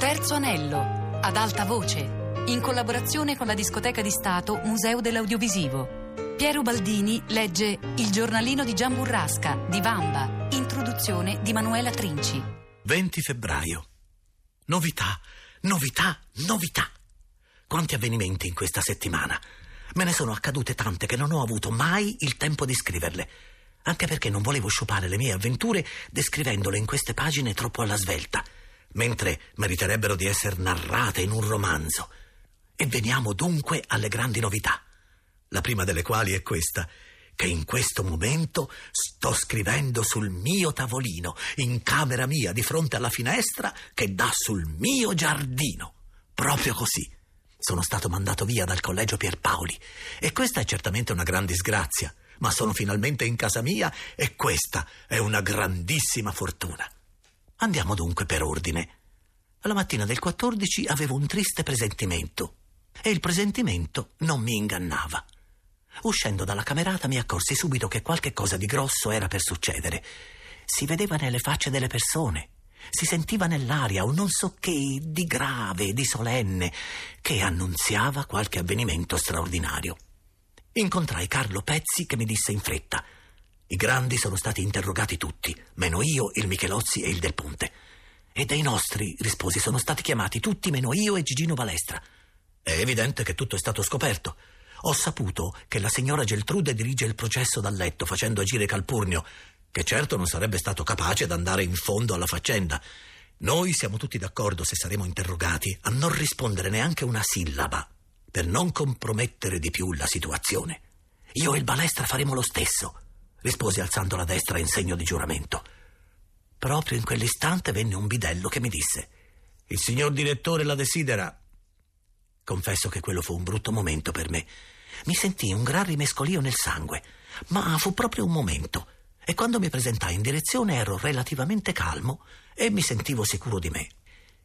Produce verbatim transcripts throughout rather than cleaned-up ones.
Terzo anello, ad alta voce, in collaborazione con la Discoteca di Stato Museo dell'Audiovisivo. Piero Baldini legge Il giornalino di Gian Burrasca, di Vamba, introduzione di Manuela Trinci. venti febbraio. Novità, novità, novità. Quanti avvenimenti in questa settimana. Me ne sono accadute tante che non ho avuto mai il tempo di scriverle, anche perché non volevo sciupare le mie avventure descrivendole in queste pagine troppo alla svelta, mentre meriterebbero di essere narrate in un romanzo. E veniamo dunque alle grandi novità, la prima delle quali è questa, che in questo momento sto scrivendo sul mio tavolino, in camera mia, di fronte alla finestra che dà sul mio giardino. Proprio così. Sono stato mandato via dal collegio Pierpaoli e questa è certamente una gran disgrazia, ma sono finalmente in casa mia e questa è una grandissima fortuna. Andiamo dunque per ordine. La mattina del quattordici avevo un triste presentimento e il presentimento non mi ingannava. Uscendo dalla camerata mi accorsi subito che qualche cosa di grosso era per succedere. Si vedeva nelle facce delle persone, si sentiva nell'aria un non so che di grave, di solenne, che annunziava qualche avvenimento straordinario. Incontrai Carlo Pezzi che mi disse in fretta: i grandi sono stati interrogati tutti, meno io, il Michelozzi e il Del Ponte. E dei nostri, risposi, sono stati chiamati tutti meno io e Gigino Balestra. È evidente che tutto è stato scoperto. Ho saputo che la signora Geltrude dirige il processo dal letto facendo agire Calpurnio, che certo non sarebbe stato capace d'andare in fondo alla faccenda. Noi siamo tutti d'accordo, se saremo interrogati, a non rispondere neanche una sillaba, per non compromettere di più la situazione. Io e il Balestra faremo lo stesso, risposi alzando la destra in segno di giuramento. Proprio in quell'istante venne un bidello che mi disse: il signor direttore la desidera. Confesso che quello fu un brutto momento per me. Mi sentii un gran rimescolio nel sangue, ma fu proprio un momento, e quando mi presentai in direzione ero relativamente calmo e mi sentivo sicuro di me.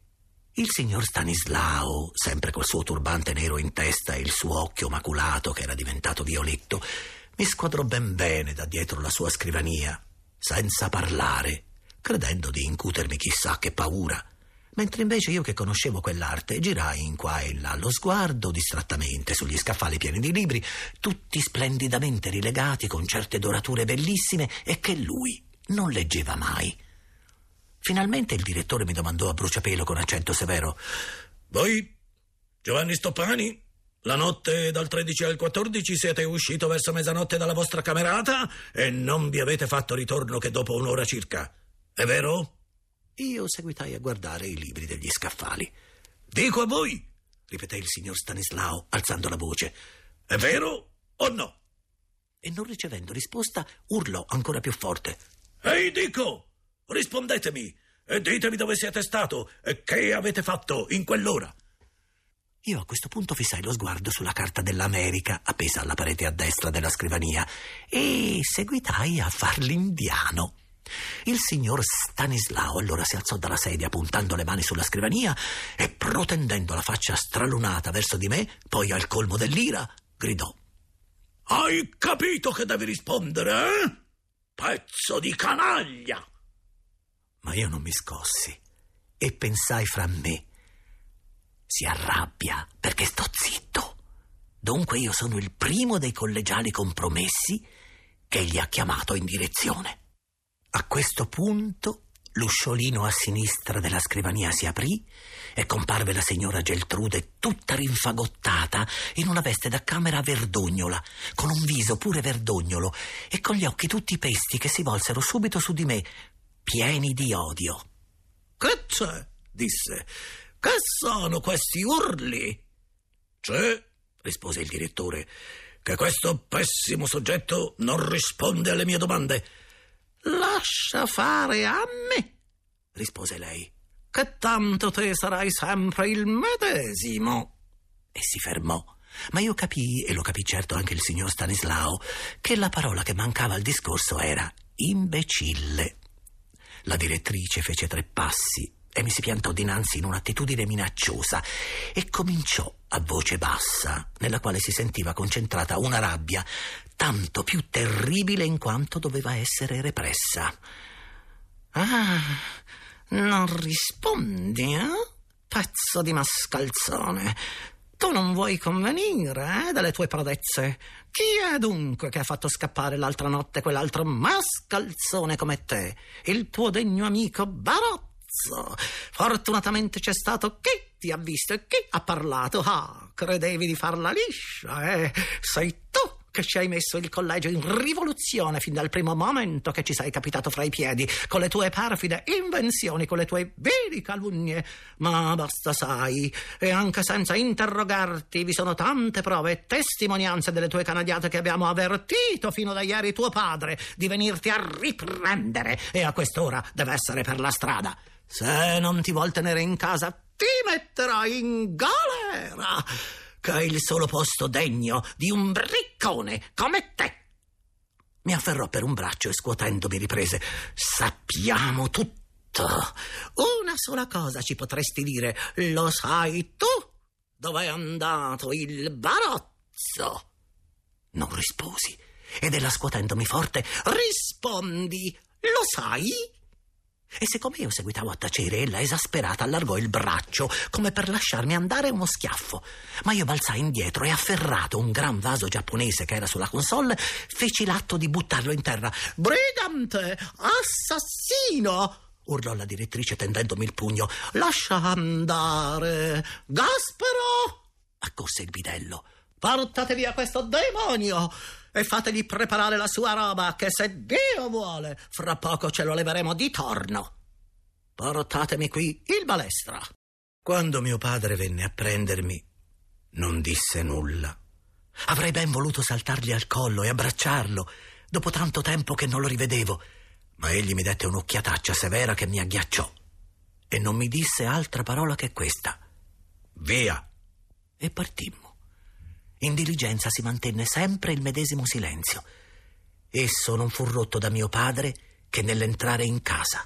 Il signor Stanislao, sempre col suo turbante nero in testa e il suo occhio maculato che era diventato violetto, mi squadrò ben bene da dietro la sua scrivania, senza parlare, credendo di incutermi chissà che paura, mentre invece io, che conoscevo quell'arte, girai in qua e in là lo sguardo distrattamente sugli scaffali pieni di libri, tutti splendidamente rilegati con certe dorature bellissime e che lui non leggeva mai. Finalmente il direttore mi domandò a bruciapelo con accento severo: voi, Giovanni Stoppani, la notte dal tredici al quattordici siete uscito verso mezzanotte dalla vostra camerata e non vi avete fatto ritorno che dopo un'ora circa, è vero? Io seguitai a guardare i libri degli scaffali. Dico a voi, ripeté il signor Stanislao alzando la voce, è vero o no? E non ricevendo risposta urlò ancora più forte: ehi, dico, rispondetemi e ditemi dove siete stato e che avete fatto in quell'ora. Io a questo punto fissai lo sguardo sulla carta dell'America appesa alla parete a destra della scrivania e seguitai a far l'indiano. Il signor Stanislao allora si alzò dalla sedia puntando le mani sulla scrivania e protendendo la faccia stralunata verso di me, poi al colmo dell'ira gridò: hai capito che devi rispondere, eh? Pezzo di canaglia! Ma io non mi scossi e pensai fra me: si arrabbia perché sto zitto, dunque io sono il primo dei collegiali compromessi che gli ha chiamato in direzione. A questo punto l'usciolino a sinistra della scrivania si aprì e comparve la signora Geltrude tutta rinfagottata in una veste da camera verdognola, con un viso pure verdognolo e con gli occhi tutti pesti che si volsero subito su di me, pieni di odio. Che c'è? Disse. Che sono questi urli? C'è, rispose il direttore, che questo pessimo soggetto non risponde alle mie domande. Lascia fare a me, rispose lei, che tanto te sarai sempre il medesimo. E si fermò, ma io capii, e lo capì certo anche il signor Stanislao, che la parola che mancava al discorso era imbecille. La direttrice fece tre passi e mi si piantò dinanzi in un'attitudine minacciosa e cominciò a voce bassa, nella quale si sentiva concentrata una rabbia tanto più terribile in quanto doveva essere repressa. Ah, non rispondi, eh? Pezzo di mascalzone, tu non vuoi convenire, eh, delle tue prodezze? Chi è dunque che ha fatto scappare l'altra notte quell'altro mascalzone come te? Il tuo degno amico Barozzo. Fortunatamente c'è stato chi ti ha visto e chi ha parlato. Ah, credevi di farla liscia, eh? Sei tu che ci hai messo il collegio in rivoluzione fin dal primo momento che ci sei capitato fra i piedi, con le tue perfide invenzioni, con le tue vili calunnie. Ma basta, sai, e anche senza interrogarti vi sono tante prove e testimonianze delle tue canadiate che abbiamo avvertito fino da ieri tuo padre di venirti a riprendere, e a quest'ora deve essere per la strada. Se non ti vuol tenere in casa ti metterai in galera, che è il solo posto degno di un briccone come te. Mi afferrò per un braccio e scuotendomi riprese: sappiamo tutto. Una sola cosa ci potresti dire: lo sai tu dove è andato il Barozzo? Non risposi, ed ella, scuotendomi forte: rispondi, lo sai? E siccome io seguitavo a tacere, ella, esasperata, allargò il braccio come per lasciarmi andare uno schiaffo. Ma io balzai indietro e, afferrato un gran vaso giapponese che era sulla console, feci l'atto di buttarlo in terra. «Brigante! Assassino!» urlò la direttrice tendendomi il pugno. «Lascia andare! Gaspero!» accorse il bidello. «Portate via questo demonio e fategli preparare la sua roba, che se Dio vuole fra poco ce lo leveremo di torno. Portatemi qui il balestra». Quando mio padre venne a prendermi, non disse nulla. Avrei ben voluto saltargli al collo e abbracciarlo dopo tanto tempo che non lo rivedevo, ma egli mi dette un'occhiataccia severa che mi agghiacciò e non mi disse altra parola che questa: «Via!» E partimmo. In diligenza si mantenne sempre il medesimo silenzio. Esso non fu rotto da mio padre che nell'entrare in casa.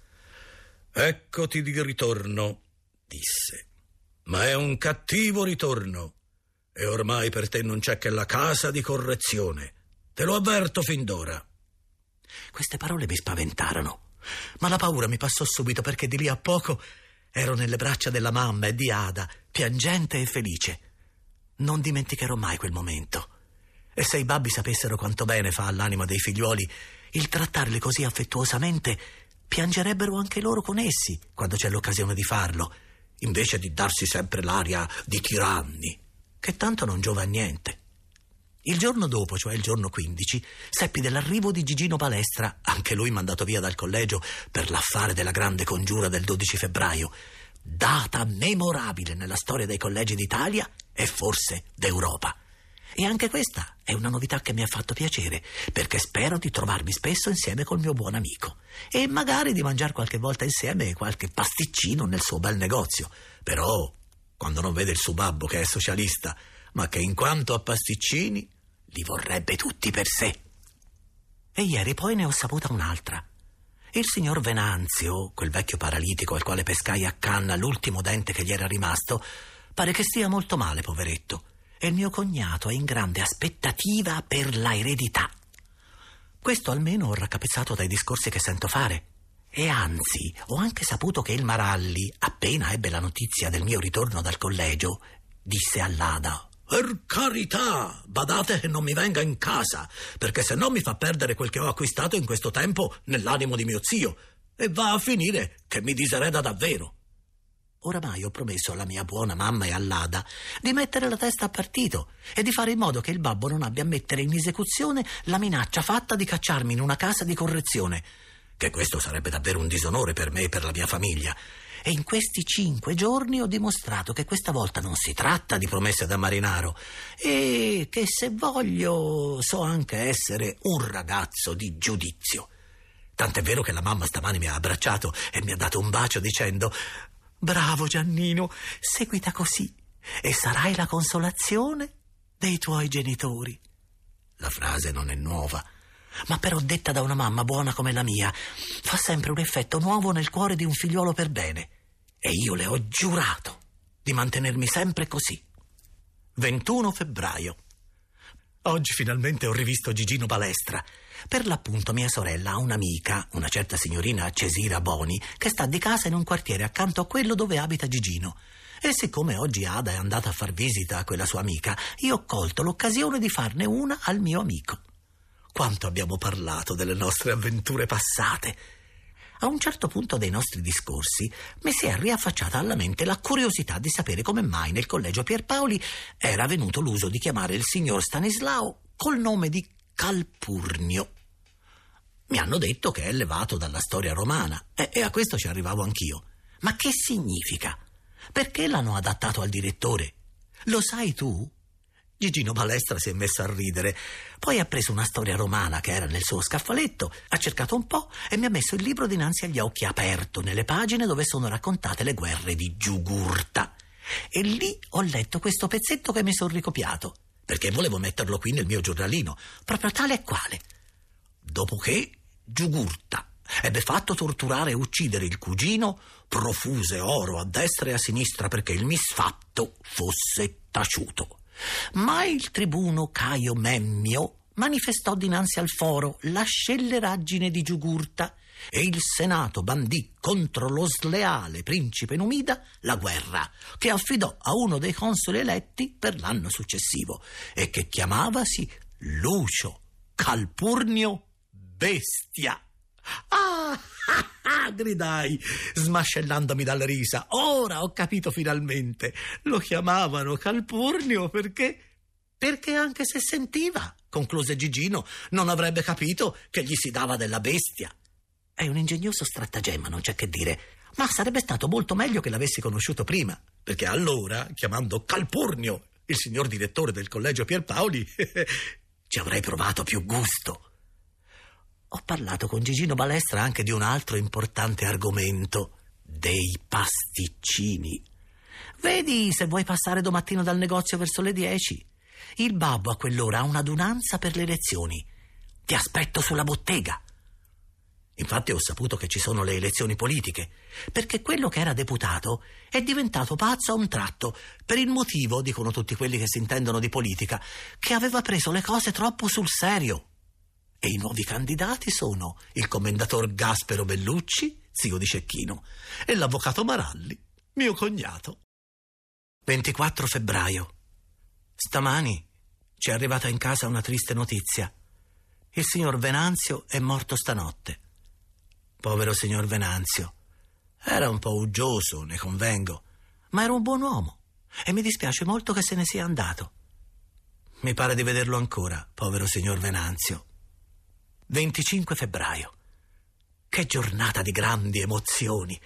«Eccoti di ritorno», disse, «ma è un cattivo ritorno, e ormai per te non c'è che la casa di correzione. Te lo avverto fin d'ora». Queste parole mi spaventarono, ma la paura mi passò subito, perché di lì a poco ero nelle braccia della mamma e di Ada, piangente e felice. Non dimenticherò mai quel momento. E se i babbi sapessero quanto bene fa all'anima dei figliuoli il trattarli così affettuosamente, piangerebbero anche loro con essi quando c'è l'occasione di farlo, invece di darsi sempre l'aria di tiranni, che tanto non giova a niente. Il giorno dopo, cioè il giorno quindici, seppi dell'arrivo di Gigino Balestra, anche lui mandato via dal collegio per l'affare della grande congiura del dodici febbraio, data memorabile nella storia dei collegi d'Italia e forse d'Europa. E anche questa è una novità che mi ha fatto piacere, perché spero di trovarmi spesso insieme col mio buon amico e magari di mangiare qualche volta insieme qualche pasticcino nel suo bel negozio. Però quando non vede il suo babbo, che è socialista, ma che in quanto a pasticcini li vorrebbe tutti per sé. E ieri poi ne ho saputa un'altra. Il signor Venanzio, quel vecchio paralitico al quale pescai a canna l'ultimo dente che gli era rimasto, pare che stia molto male, poveretto, e il mio cognato è in grande aspettativa per la eredità. Questo almeno ho raccapezzato dai discorsi che sento fare. E anzi, ho anche saputo che il Maralli, appena ebbe la notizia del mio ritorno dal collegio, disse all'Ada: «Per carità, badate che non mi venga in casa, perché se no mi fa perdere quel che ho acquistato in questo tempo nell'animo di mio zio, e va a finire che mi disereda davvero». Oramai ho promesso alla mia buona mamma e all'Ada di mettere la testa a partito e di fare in modo che il babbo non abbia a mettere in esecuzione la minaccia fatta di cacciarmi in una casa di correzione, che questo sarebbe davvero un disonore per me e per la mia famiglia. E in questi cinque giorni ho dimostrato che questa volta non si tratta di promesse da marinaro e che, se voglio, so anche essere un ragazzo di giudizio. Tant'è vero che la mamma stamani mi ha abbracciato e mi ha dato un bacio dicendo: «Bravo Giannino, seguita così e sarai la consolazione dei tuoi genitori». La frase non è nuova, ma però detta da una mamma buona come la mia fa sempre un effetto nuovo nel cuore di un figliuolo per bene, e io le ho giurato di mantenermi sempre così. ventuno febbraio. Oggi finalmente ho rivisto Gigino Balestra Per l'appunto mia sorella ha un'amica, una certa signorina Cesira Boni, che sta di casa in un quartiere accanto a quello dove abita Gigino. E siccome oggi Ada è andata a far visita a quella sua amica, io ho colto l'occasione di farne una al mio amico. Quanto abbiamo parlato delle nostre avventure passate! A un certo punto dei nostri discorsi mi si è riaffacciata alla mente la curiosità di sapere come mai nel collegio Pierpaoli era venuto l'uso di chiamare il signor Stanislao col nome di Calpurnio. Mi hanno detto che è levato dalla storia romana e, e a questo ci arrivavo anch'io. Ma che significa? Perché l'hanno adattato al direttore? Lo sai tu? Gigino Balestra si è messo a ridere, poi ha preso una storia romana che era nel suo scaffaletto, ha cercato un po' e mi ha messo il libro dinanzi agli occhi, aperto nelle pagine dove sono raccontate le guerre di Giugurta. E lì ho letto questo pezzetto che mi sono ricopiato, perché volevo metterlo qui nel mio giornalino, proprio tale e quale. Dopo che Giugurta ebbe fatto torturare e uccidere il cugino, profuse oro a destra e a sinistra perché il misfatto fosse taciuto. Ma il tribuno Caio Memmio manifestò dinanzi al foro la scelleraggine di Giugurta e il Senato bandì contro lo sleale principe Numida la guerra, che affidò a uno dei consoli eletti per l'anno successivo e che chiamavasi Lucio Calpurnio Bestia. Ah, ah, ah, gridai, smascellandomi dalle risa. Ora ho capito finalmente. Lo chiamavano Calpurnio perché... Perché anche se sentiva, concluse Gigino, non avrebbe capito che gli si dava della bestia. È un ingegnoso stratagemma, non c'è che dire, ma sarebbe stato molto meglio che l'avessi conosciuto prima, perché allora, chiamando Calpurnio il signor direttore del collegio Pierpaoli, ci avrei provato più gusto. Ho parlato con Gigino Balestra anche di un altro importante argomento, dei pasticcini. Vedi se vuoi passare domattina dal negozio verso le dieci. Il babbo a quell'ora ha un'adunanza per le elezioni. Ti aspetto sulla bottega. Infatti ho saputo che ci sono le elezioni politiche, perché quello che era deputato è diventato pazzo a un tratto, per il motivo, dicono tutti quelli che si intendono di politica, che aveva preso le cose troppo sul serio. E i nuovi candidati sono il commendator Gaspero Bellucci, zio di Cecchino, e l'avvocato Maralli, mio cognato. ventiquattro febbraio. Stamani ci è arrivata in casa una triste notizia. Il signor Venanzio è morto stanotte. Povero signor Venanzio. Era un po' uggioso, ne convengo, ma era un buon uomo e mi dispiace molto che se ne sia andato. Mi pare di vederlo ancora, povero signor Venanzio. venticinque febbraio. Che giornata di grandi emozioni.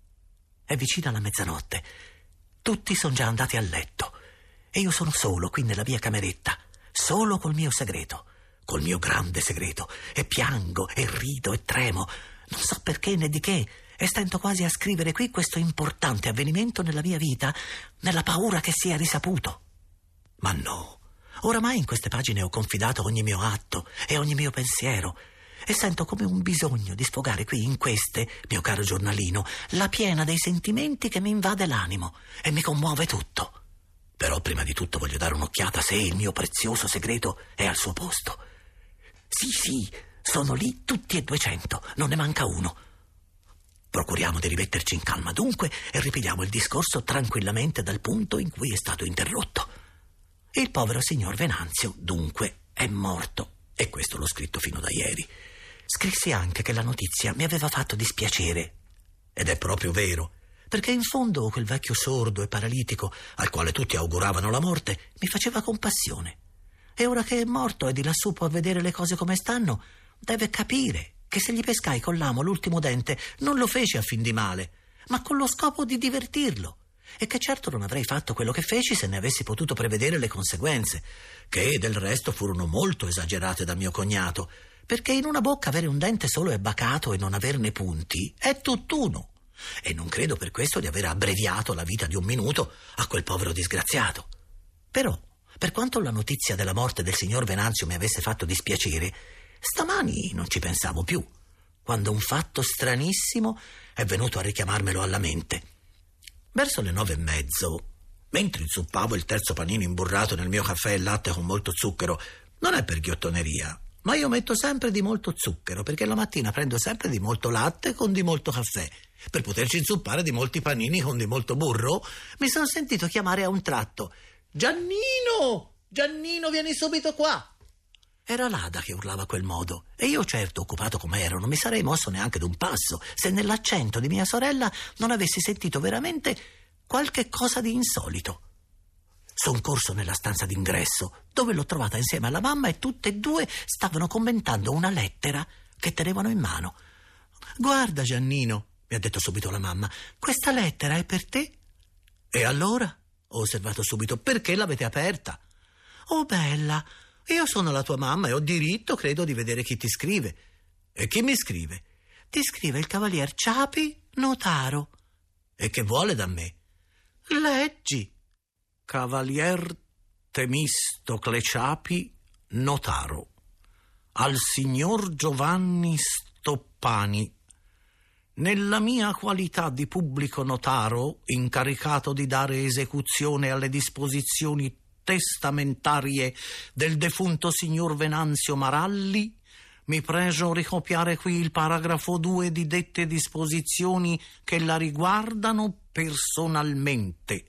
È vicina la mezzanotte. Tutti sono già andati a letto e io sono solo qui nella mia cameretta, solo col mio segreto, col mio grande segreto, e piango e rido e tremo, non so perché né di che, e stento quasi a scrivere qui questo importante avvenimento nella mia vita, nella paura che sia risaputo. Ma no, oramai in queste pagine ho confidato ogni mio atto e ogni mio pensiero, e sento come un bisogno di sfogare qui in queste, mio caro giornalino, la piena dei sentimenti che mi invade l'animo e mi commuove tutto. Però prima di tutto voglio dare un'occhiata se il mio prezioso segreto è al suo posto. Sì, sì, sono lì tutti e duecento, non ne manca uno. Procuriamo di rimetterci in calma dunque e ripigliamo il discorso tranquillamente dal punto in cui è stato interrotto. Il povero signor Venanzio, dunque, è morto, e questo l'ho scritto fino da ieri. Scrissi anche che la notizia mi aveva fatto dispiacere, ed è proprio vero, perché in fondo quel vecchio sordo e paralitico, al quale tutti auguravano la morte, mi faceva compassione. E ora che è morto e di lassù può vedere le cose come stanno, deve capire che se gli pescai con l'amo l'ultimo dente non lo feci a fin di male, ma con lo scopo di divertirlo, e che certo non avrei fatto quello che feci se ne avessi potuto prevedere le conseguenze, che del resto furono molto esagerate da mio cognato, perché in una bocca avere un dente solo e bacato e non averne punti è tutt'uno, e non credo per questo di aver abbreviato la vita di un minuto a quel povero disgraziato. Però, per quanto la notizia della morte del signor Venanzio mi avesse fatto dispiacere, stamani non ci pensavo più, quando un fatto stranissimo è venuto a richiamarmelo alla mente. Verso le nove e mezzo, mentre inzuppavo il terzo panino imburrato nel mio caffè e latte con molto zucchero, non è per ghiottoneria, ma io metto sempre di molto zucchero, perché la mattina prendo sempre di molto latte con di molto caffè. Per poterci inzuppare di molti panini con di molto burro, mi sono sentito chiamare a un tratto: Giannino! Giannino, vieni subito qua! Era l'Ada che urlava a quel modo, e io, certo, occupato come ero, non mi sarei mosso neanche d'un passo se nell'accento di mia sorella non avessi sentito veramente qualche cosa di insolito. Son corso nella stanza d'ingresso, dove l'ho trovata insieme alla mamma, e tutte e due stavano commentando una lettera che tenevano in mano. «Guarda, Giannino», mi ha detto subito la mamma, «questa lettera è per te». «E allora?» ho osservato subito. «Perché l'avete aperta?» «Oh, bella, io sono la tua mamma e ho diritto, credo, di vedere chi ti scrive». «E chi mi scrive?» «Ti scrive il cavalier Ciapi, notaro». «E che vuole da me?» «Leggi». Cavalier Temistocle Ciapi, notaro, al signor Giovanni Stoppani. Nella mia qualità di pubblico notaro, incaricato di dare esecuzione alle disposizioni testamentarie del defunto signor Venanzio Maralli, mi pregio ricopiare qui il paragrafo due di dette disposizioni che la riguardano personalmente.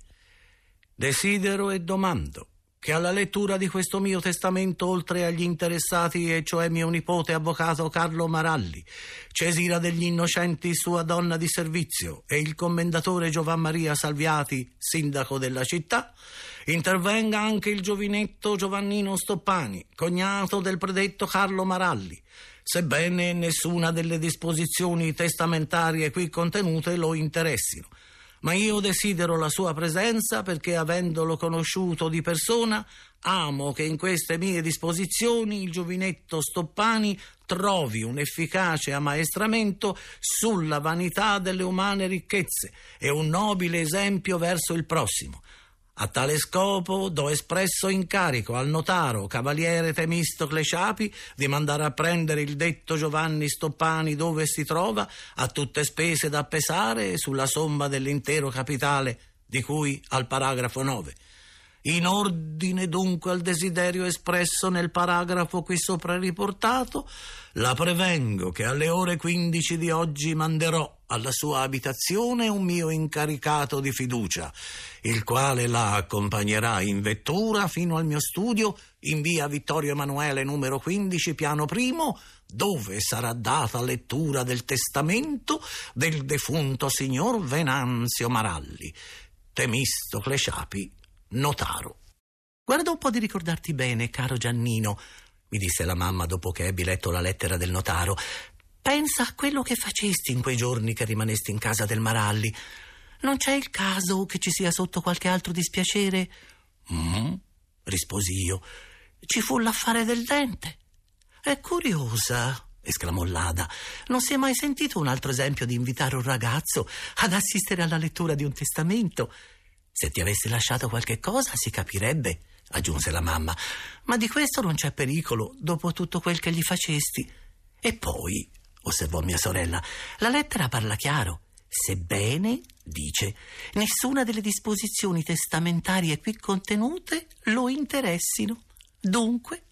Desidero e domando che alla lettura di questo mio testamento, oltre agli interessati, e cioè mio nipote avvocato Carlo Maralli, Cesira degli Innocenti sua donna di servizio e il commendatore Giovan Maria Salviati, sindaco della città, intervenga anche il giovinetto Giovannino Stoppani, cognato del predetto Carlo Maralli, sebbene nessuna delle disposizioni testamentarie qui contenute lo interessino. Ma io desidero la sua presenza perché, avendolo conosciuto di persona, amo che in queste mie disposizioni il giovinetto Stoppani trovi un efficace ammaestramento sulla vanità delle umane ricchezze e un nobile esempio verso il prossimo. A tale scopo do espresso incarico al notaro cavaliere Temistocle Ciapi di mandare a prendere il detto Giovanni Stoppani dove si trova, a tutte spese da pesare, sulla somma dell'intero capitale di cui al paragrafo nove. In ordine dunque al desiderio espresso nel paragrafo qui sopra riportato, la prevengo che alle ore quindici di oggi manderò alla sua abitazione un mio incaricato di fiducia, il quale la accompagnerà in vettura fino al mio studio in via Vittorio Emanuele numero quindici, piano primo, dove sarà data lettura del testamento del defunto signor Venanzio Maralli, Temistocle Ciapi, notaro. «Guarda un po' di ricordarti bene, caro Giannino», mi disse la mamma dopo che ebbi letto la lettera del notaro. «Pensa a quello che facesti in quei giorni che rimanesti in casa del Maralli. Non c'è il caso che ci sia sotto qualche altro dispiacere?» «Mm?» risposi io. «Ci fu l'affare del dente». «È curiosa», esclamò l'Ada. «Non si è mai sentito un altro esempio di invitare un ragazzo ad assistere alla lettura di un testamento. Se ti avessi lasciato qualche cosa si capirebbe», aggiunse la mamma, «ma di questo non c'è pericolo dopo tutto quel che gli facesti. E poi», osservò mia sorella, «la lettera parla chiaro. Sebbene, dice, nessuna delle disposizioni testamentarie qui contenute lo interessino. Dunque,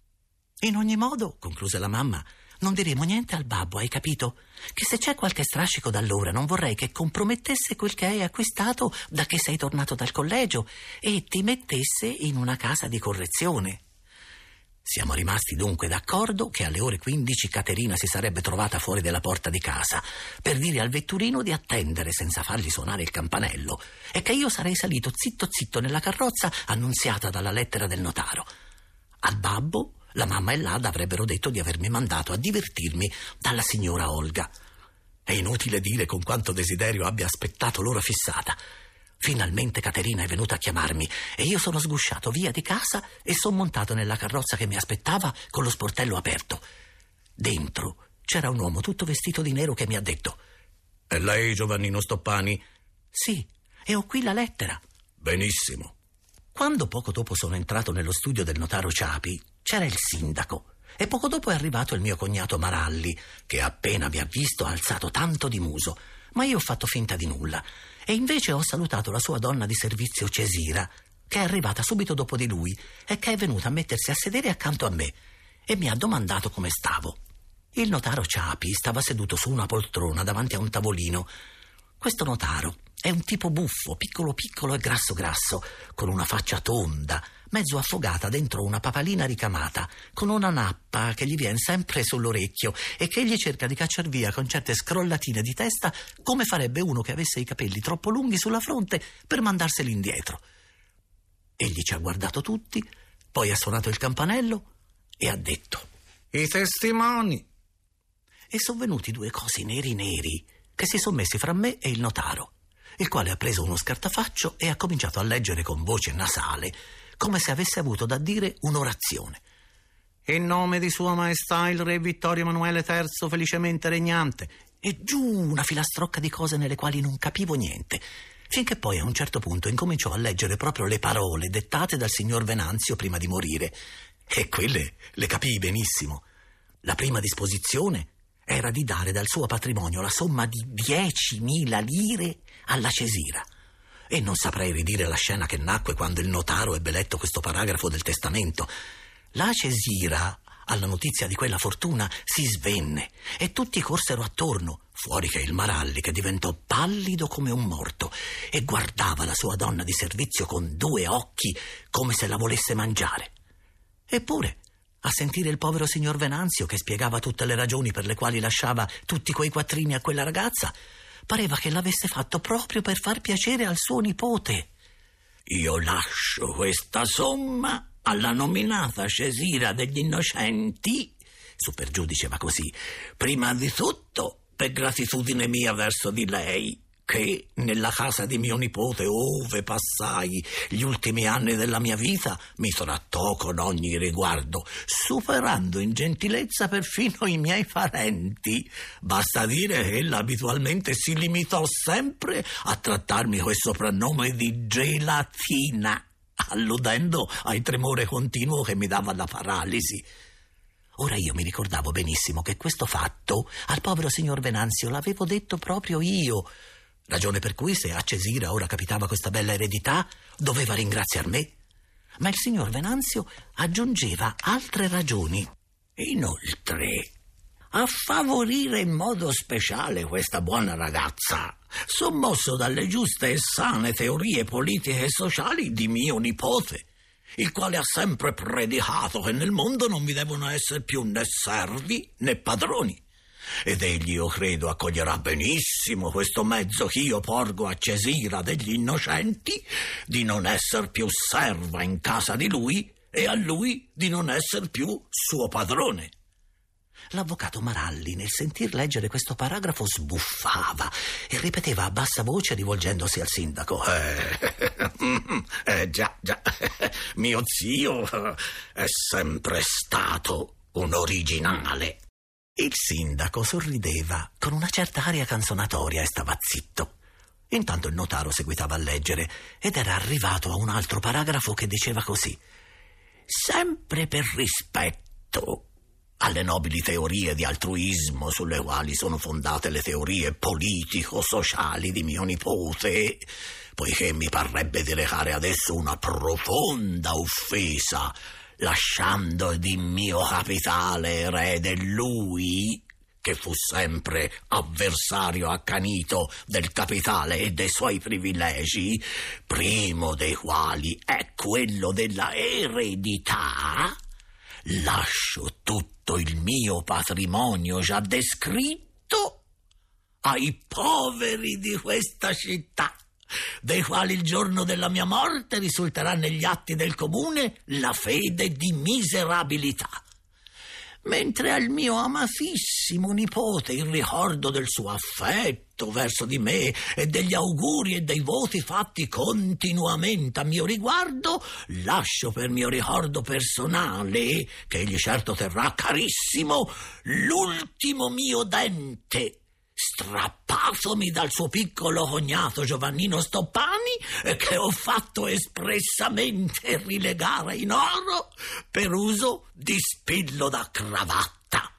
in ogni modo», concluse la mamma, «non diremo niente al babbo, hai capito? Che se c'è qualche strascico d'allora non vorrei che compromettesse quel che hai acquistato da che sei tornato dal collegio e ti mettesse in una casa di correzione». Siamo rimasti dunque d'accordo che alle ore quindici Caterina si sarebbe trovata fuori della porta di casa per dire al vetturino di attendere senza fargli suonare il campanello e che io sarei salito zitto zitto nella carrozza annunziata dalla lettera del notaro. Al babbo la mamma e l'Ada avrebbero detto di avermi mandato a divertirmi dalla signora Olga. È inutile dire con quanto desiderio abbia aspettato l'ora fissata. Finalmente Caterina è venuta a chiamarmi e io sono sgusciato via di casa e son montato nella carrozza che mi aspettava con lo sportello aperto. Dentro c'era un uomo tutto vestito di nero che mi ha detto: «È lei Giovannino Stoppani?» «Sì, e ho qui la lettera». «Benissimo». Quando poco dopo sono entrato nello studio del notaro Ciapi, c'era il sindaco e poco dopo è arrivato il mio cognato Maralli, che appena mi ha visto ha alzato tanto di muso, ma io ho fatto finta di nulla e invece ho salutato la sua donna di servizio Cesira, che è arrivata subito dopo di lui e che è venuta a mettersi a sedere accanto a me. e mi ha domandato come stavo. Il notaro Ciapi stava seduto su una poltrona davanti a un tavolino. Questo notaro è un tipo buffo, piccolo piccolo e grasso grasso, con una faccia tonda, mezzo affogata dentro una papalina ricamata, con una nappa che gli viene sempre sull'orecchio e che egli cerca di cacciar via con certe scrollatine di testa, come farebbe uno che avesse i capelli troppo lunghi sulla fronte per mandarseli indietro. Egli ci ha guardato tutti, poi ha suonato il campanello e ha detto: i testimoni. E sono venuti due cosi neri neri che si sono messi fra me e il notaro, il quale ha preso uno scartafaccio e ha cominciato a leggere con voce nasale, come se avesse avuto da dire un'orazione. In nome di Sua Maestà il Re Vittorio Emanuele terzo, felicemente regnante. E giù una filastrocca di cose nelle quali non capivo niente, finché poi a un certo punto incominciò a leggere proprio le parole dettate dal signor Venanzio prima di morire, e quelle le capii benissimo. La prima disposizione era di dare dal suo patrimonio la somma di diecimila lire alla Cesira. E non saprei ridire la scena che nacque quando il notaro ebbe letto questo paragrafo del testamento. La Cesira, alla notizia di quella fortuna, si svenne e tutti corsero attorno, fuori che il Maralli, che diventò pallido come un morto e guardava la sua donna di servizio con due occhi come se la volesse mangiare. Eppure, a sentire il povero signor Venanzio che spiegava tutte le ragioni per le quali lasciava tutti quei quattrini a quella ragazza, pareva che l'avesse fatto proprio per far piacere al suo nipote. Io lascio questa somma alla nominata Cesira degli Innocenti, su per giù diceva così, prima di tutto per gratitudine mia verso di lei, che nella casa di mio nipote, ove passai gli ultimi anni della mia vita, mi trattò con ogni riguardo, superando in gentilezza perfino i miei parenti. Basta dire che ella abitualmente si limitò sempre a trattarmi col soprannome di gelatina, alludendo al tremore continuo che mi dava la paralisi. Ora io mi ricordavo benissimo che questo fatto al povero signor Venanzio l'avevo detto proprio io, ragione per cui se a Cesira ora capitava questa bella eredità doveva ringraziar me. Ma il signor Venanzio aggiungeva altre ragioni. Inoltre, a favorire in modo speciale questa buona ragazza, sommosso dalle giuste e sane teorie politiche e sociali di mio nipote, il quale ha sempre predicato che nel mondo non vi devono essere più né servi né padroni. Ed egli, io credo, accoglierà benissimo questo mezzo che io porgo a Cesira degli Innocenti di non essere più serva in casa di lui e a lui di non essere più suo padrone. L'avvocato Maralli, nel sentir leggere questo paragrafo, sbuffava e ripeteva a bassa voce rivolgendosi al sindaco: Eh, eh già, già, mio zio è sempre stato un originale. Il sindaco sorrideva con una certa aria canzonatoria e stava zitto. Intanto il notaro seguitava a leggere ed era arrivato a un altro paragrafo che diceva così: sempre per rispetto alle nobili teorie di altruismo sulle quali sono fondate le teorie politico-sociali di mio nipote, poiché mi parrebbe di recare adesso una profonda offesa lasciando di mio capitale erede lui, che fu sempre avversario accanito del capitale e dei suoi privilegi, primo dei quali è quello della eredità, lascio tutto il mio patrimonio già descritto ai poveri di questa città, dei quali il giorno della mia morte risulterà negli atti del comune la fede di miserabilità, mentre al mio amatissimo nipote il ricordo del suo affetto verso di me e degli auguri e dei voti fatti continuamente a mio riguardo lascio per mio ricordo personale, che egli certo terrà carissimo, l'ultimo mio dente, strappatomi dal suo piccolo cognato Giovannino Stoppani, che ho fatto espressamente rilegare in oro per uso di spillo da cravatta.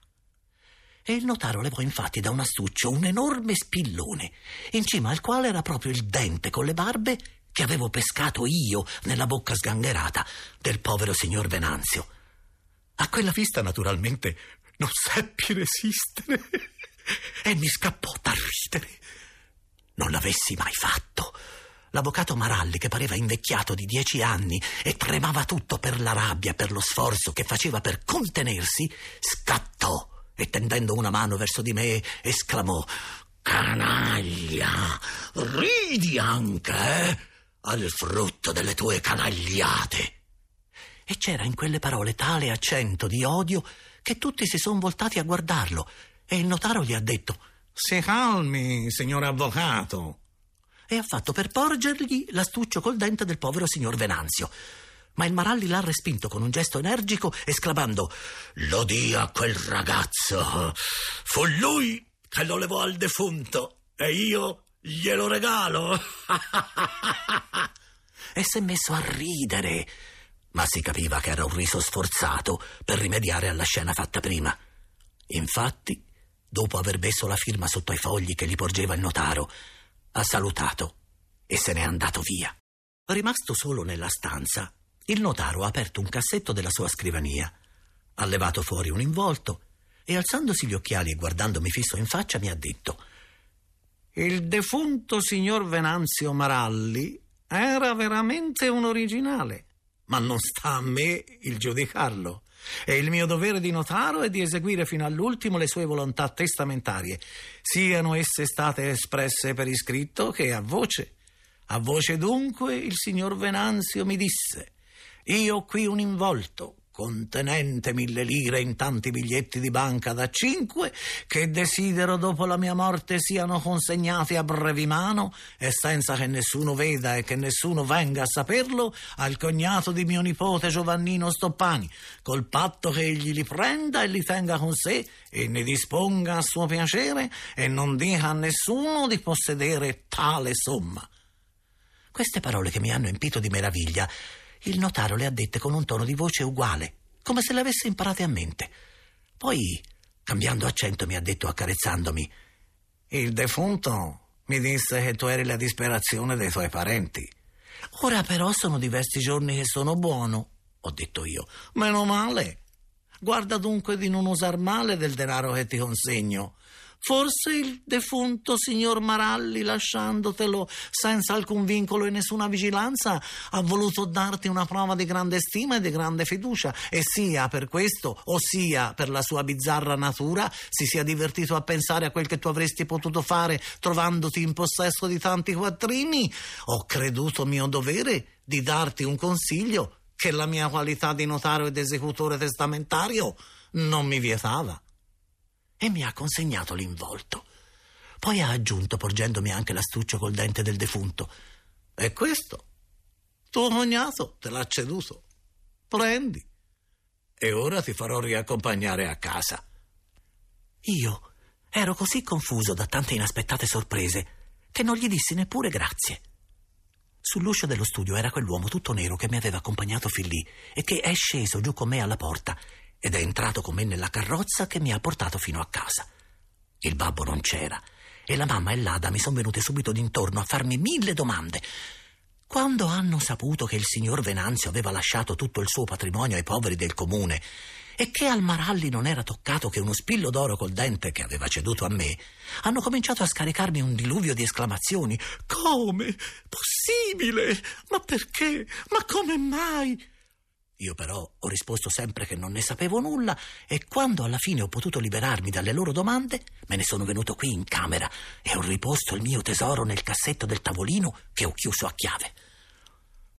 E il notaro levò infatti da un astuccio un enorme spillone, in cima al quale era proprio il dente con le barbe che avevo pescato io nella bocca sgangherata del povero signor Venanzio. A quella vista, naturalmente, non seppi resistere e mi scappò da ridere. Non l'avessi mai fatto. L'avvocato Maralli, che pareva invecchiato di dieci anni e tremava tutto per la rabbia, per lo sforzo che faceva per contenersi, scattò e, tendendo una mano verso di me, esclamò: «Canaglia, ridi anche, eh? Al frutto delle tue canagliate!» E c'era in quelle parole tale accento di odio che tutti si son voltati a guardarlo e il notaro gli ha detto: «Si calmi, signor avvocato!» e ha fatto per porgergli l'astuccio col dente del povero signor Venanzio. Ma il Maralli l'ha respinto con un gesto energico, esclamando: «Lo dia a quel ragazzo! Fu lui che lo levò al defunto e io glielo regalo!» E si è messo a ridere, ma si capiva che era un riso sforzato per rimediare alla scena fatta prima. Infatti, dopo aver messo la firma sotto ai fogli che gli porgeva il notaro, ha salutato e se n'è andato via. Rimasto solo nella stanza, il notaro ha aperto un cassetto della sua scrivania, ha levato fuori un involto e, alzandosi gli occhiali e guardandomi fisso in faccia, mi ha detto: «Il defunto signor Venanzio Maralli era veramente un originale, ma non sta a me il giudicarlo. E il mio dovere di notaro è di eseguire fino all'ultimo le sue volontà testamentarie, siano esse state espresse per iscritto che a voce. A voce dunque il signor Venanzio mi disse: io ho qui un involto contenente mille lire in tanti biglietti di banca da cinque che desidero dopo la mia morte siano consegnati a brevimano e senza che nessuno veda e che nessuno venga a saperlo al cognato di mio nipote Giovannino Stoppani, col patto che egli li prenda e li tenga con sé e ne disponga a suo piacere e non dica a nessuno di possedere tale somma». Queste parole, che mi hanno empito di meraviglia, il notaro le ha dette con un tono di voce uguale, come se le avesse imparate a mente. Poi, cambiando accento, mi ha detto, accarezzandomi: «Il defunto mi disse che tu eri la disperazione dei tuoi parenti». «Ora però sono diversi giorni che sono buono», ho detto io. «Meno male. Guarda dunque di non usar male del denaro che ti consegno. Forse il defunto signor Maralli, lasciandotelo senza alcun vincolo e nessuna vigilanza, ha voluto darti una prova di grande stima e di grande fiducia, e sia per questo, o sia per la sua bizzarra natura, si sia divertito a pensare a quel che tu avresti potuto fare trovandoti in possesso di tanti quattrini. Ho creduto mio dovere di darti un consiglio che la mia qualità di notario ed esecutore testamentario non mi vietava». E mi ha consegnato l'involto. Poi ha aggiunto, porgendomi anche l'astuccio col dente del defunto: «E questo tuo cognato te l'ha ceduto. Prendi. E ora ti farò riaccompagnare a casa». Io ero così confuso da tante inaspettate sorprese che non gli dissi neppure grazie. Sull'uscio dello studio era quell'uomo tutto nero che mi aveva accompagnato fin lì e che è sceso giù con me alla porta ed è entrato con me nella carrozza che mi ha portato fino a casa. Il babbo non c'era e la mamma e l'Ada mi sono venute subito d'intorno a farmi mille domande. Quando hanno saputo che il signor Venanzio aveva lasciato tutto il suo patrimonio ai poveri del comune e che al Maralli non era toccato che uno spillo d'oro col dente che aveva ceduto a me, hanno cominciato a scaricarmi un diluvio di esclamazioni. «Come? Possibile? Ma perché? Ma come mai?» Io però ho risposto sempre che non ne sapevo nulla e quando alla fine ho potuto liberarmi dalle loro domande me ne sono venuto qui in camera e ho riposto il mio tesoro nel cassetto del tavolino che ho chiuso a chiave.